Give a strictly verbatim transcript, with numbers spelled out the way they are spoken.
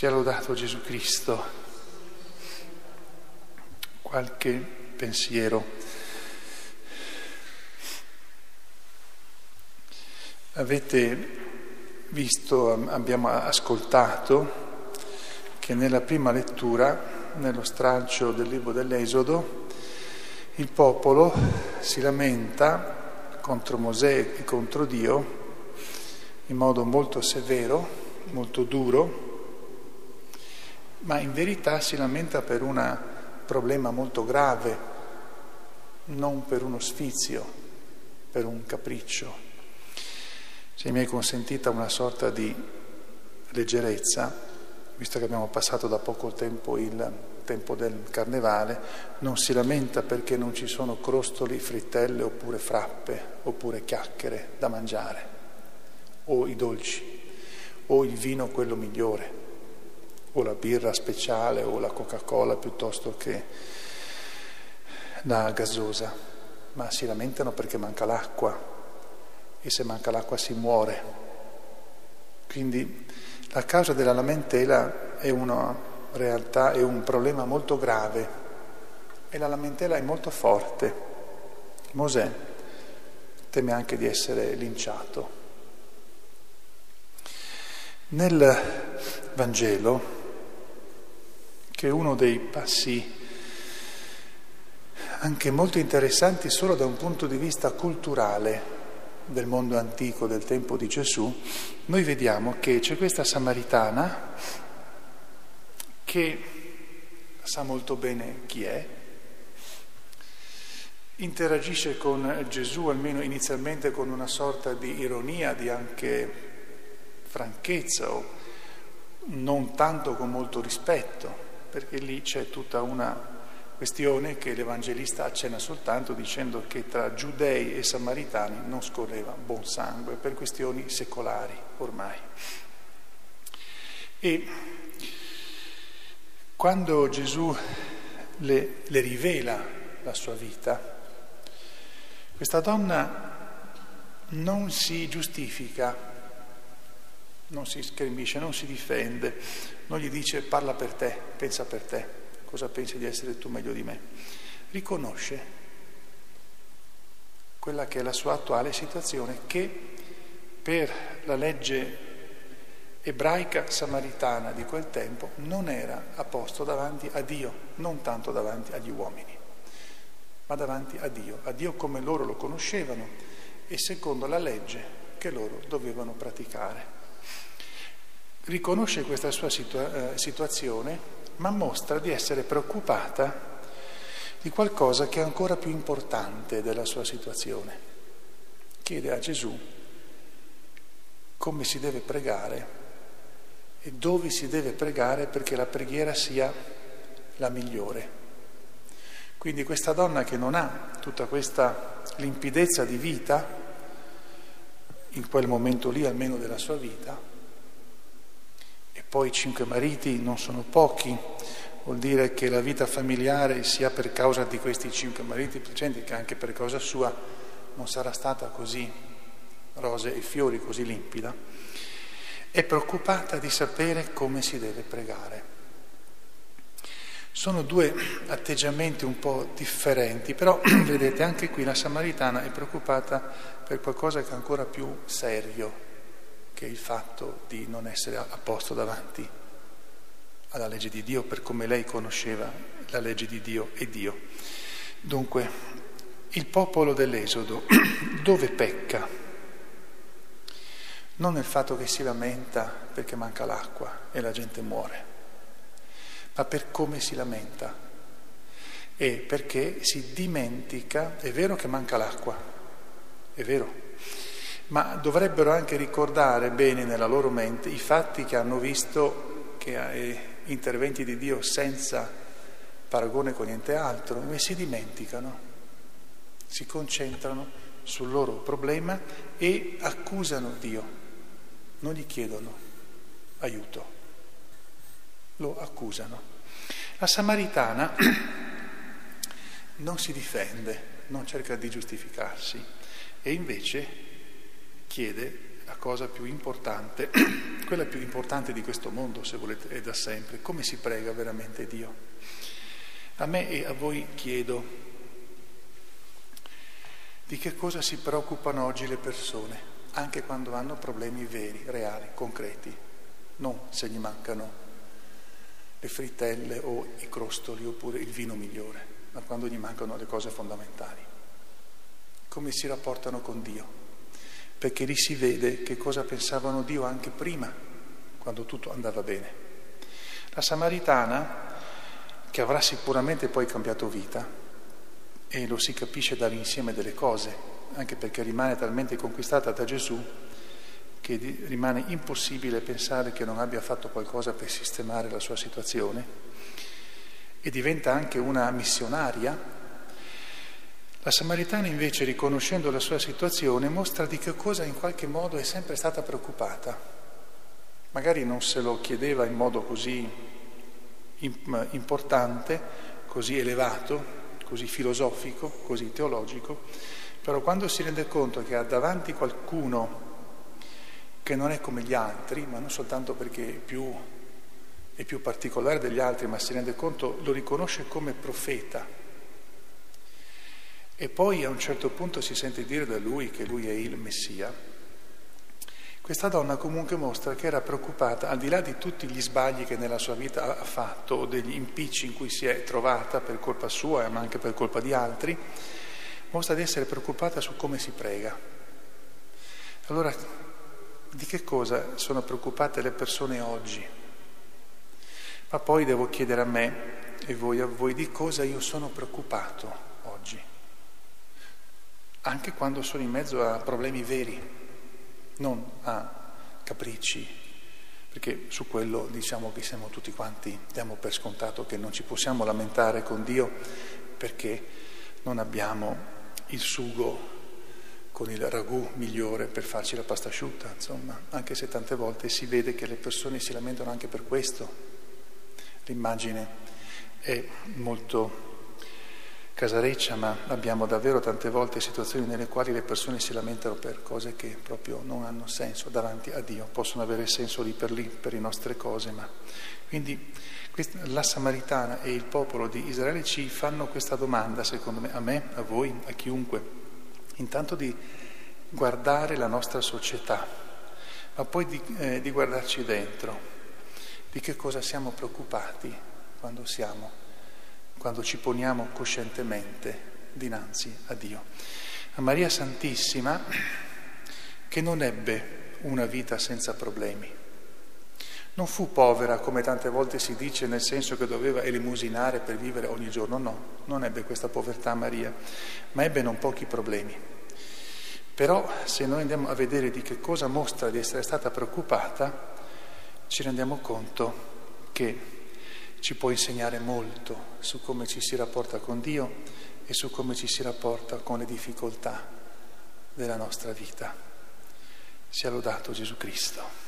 Sia lodato Gesù Cristo. Qualche pensiero. Avete visto, abbiamo ascoltato che nella prima lettura, nello stralcio del libro dell'Esodo, il popolo si lamenta contro Mosè e contro Dio in modo molto severo, molto duro, ma in verità si lamenta per un problema molto grave, non per uno sfizio, per un capriccio. Se mi è consentita una sorta di leggerezza, visto che abbiamo passato da poco tempo il tempo del carnevale, non si lamenta perché non ci sono crostoli, frittelle oppure frappe, oppure chiacchiere da mangiare, o i dolci, o il vino quello migliore, o la birra speciale o la Coca-Cola piuttosto che la gasosa, ma si lamentano perché manca l'acqua e se manca l'acqua si muore. Quindi la causa della lamentela è una realtà, è un problema molto grave e la lamentela è molto forte. Mosè teme anche di essere linciato. Nel Vangelo, che è uno dei passi anche molto interessanti solo da un punto di vista culturale del mondo antico, del tempo di Gesù, noi vediamo che c'è questa Samaritana che sa molto bene chi è, interagisce con Gesù almeno inizialmente con una sorta di ironia, di anche franchezza, o non tanto con molto rispetto, perché lì c'è tutta una questione che l'Evangelista accenna soltanto dicendo che tra giudei e samaritani non scorreva buon sangue per questioni secolari ormai. E quando Gesù le, le rivela la sua vita, questa donna non si giustifica, non si schermisce, non si difende, non gli dice parla per te, pensa per te, cosa pensi di essere tu meglio di me. Riconosce quella che è la sua attuale situazione, che per la legge ebraica samaritana di quel tempo non era a posto davanti a Dio, non tanto davanti agli uomini, ma davanti a Dio, a Dio come loro lo conoscevano e secondo la legge che loro dovevano praticare. Riconosce questa sua situa- situazione, ma mostra di essere preoccupata di qualcosa che è ancora più importante della sua situazione. Chiede a Gesù come si deve pregare e dove si deve pregare perché la preghiera sia la migliore. Quindi questa donna che non ha tutta questa limpidezza di vita, in quel momento lì almeno della sua vita, poi cinque mariti non sono pochi, vuol dire che la vita familiare sia per causa di questi cinque mariti precedenti che anche per causa sua non sarà stata così rose e fiori, così limpida. È preoccupata di sapere come si deve pregare. Sono due atteggiamenti un po' differenti, però vedete anche qui la Samaritana è preoccupata per qualcosa che è ancora più serio, che è il fatto di non essere a posto davanti alla legge di Dio, per come lei conosceva la legge di Dio e Dio. Dunque, il popolo dell'Esodo dove pecca? Non nel fatto che si lamenta perché manca l'acqua e la gente muore, ma per come si lamenta e perché si dimentica, è vero che manca l'acqua, è vero, ma dovrebbero anche ricordare bene nella loro mente i fatti che hanno visto, che eh, interventi di Dio senza paragone con niente altro, e si dimenticano, si concentrano sul loro problema e accusano Dio, non gli chiedono aiuto, lo accusano. La Samaritana non si difende, non cerca di giustificarsi e invece chiede la cosa più importante, quella più importante di questo mondo, se volete, è da sempre. Come si prega veramente Dio? A me e a voi chiedo, di che cosa si preoccupano oggi le persone, anche quando hanno problemi veri, reali, concreti, non se gli mancano le frittelle o i crostoli oppure il vino migliore, ma quando gli mancano le cose fondamentali. Come si rapportano con Dio? Perché lì si vede che cosa pensavano Dio anche prima, quando tutto andava bene. La Samaritana, che avrà sicuramente poi cambiato vita, e lo si capisce dall'insieme delle cose, anche perché rimane talmente conquistata da Gesù che rimane impossibile pensare che non abbia fatto qualcosa per sistemare la sua situazione, e diventa anche una missionaria. La Samaritana invece, riconoscendo la sua situazione, mostra di che cosa in qualche modo è sempre stata preoccupata. Magari non se lo chiedeva in modo così importante, così elevato, così filosofico, così teologico, però quando si rende conto che ha davanti qualcuno che non è come gli altri, ma non soltanto perché è più, è più particolare degli altri, ma si rende conto, lo riconosce come profeta. E poi a un certo punto si sente dire da lui che lui è il Messia. Questa donna comunque mostra che era preoccupata, al di là di tutti gli sbagli che nella sua vita ha fatto, o degli impicci in cui si è trovata per colpa sua, ma anche per colpa di altri, mostra di essere preoccupata su come si prega. Allora, di che cosa sono preoccupate le persone oggi? Ma poi devo chiedere a me e voi a voi di cosa io sono preoccupato oggi, anche quando sono in mezzo a problemi veri, non a capricci, perché su quello diciamo che siamo tutti quanti, diamo per scontato che non ci possiamo lamentare con Dio perché non abbiamo il sugo con il ragù migliore per farci la pasta asciutta, insomma, anche se tante volte si vede che le persone si lamentano anche per questo. L'immagine è molto casareccia, ma abbiamo davvero tante volte situazioni nelle quali le persone si lamentano per cose che proprio non hanno senso davanti a Dio, possono avere senso lì per lì, per le nostre cose, ma quindi questa, la Samaritana e il popolo di Israele ci fanno questa domanda, secondo me, a me, a voi, a chiunque, intanto di guardare la nostra società, ma poi di, eh, di guardarci dentro, di che cosa siamo preoccupati quando siamo, quando ci poniamo coscientemente dinanzi a Dio. A Maria Santissima, che non ebbe una vita senza problemi, non fu povera come tante volte si dice, nel senso che doveva elemosinare per vivere ogni giorno, no, non ebbe questa povertà Maria, ma ebbe non pochi problemi. Però se noi andiamo a vedere di che cosa mostra di essere stata preoccupata, ci rendiamo conto che ci può insegnare molto su come ci si rapporta con Dio e su come ci si rapporta con le difficoltà della nostra vita. Sia lodato Gesù Cristo.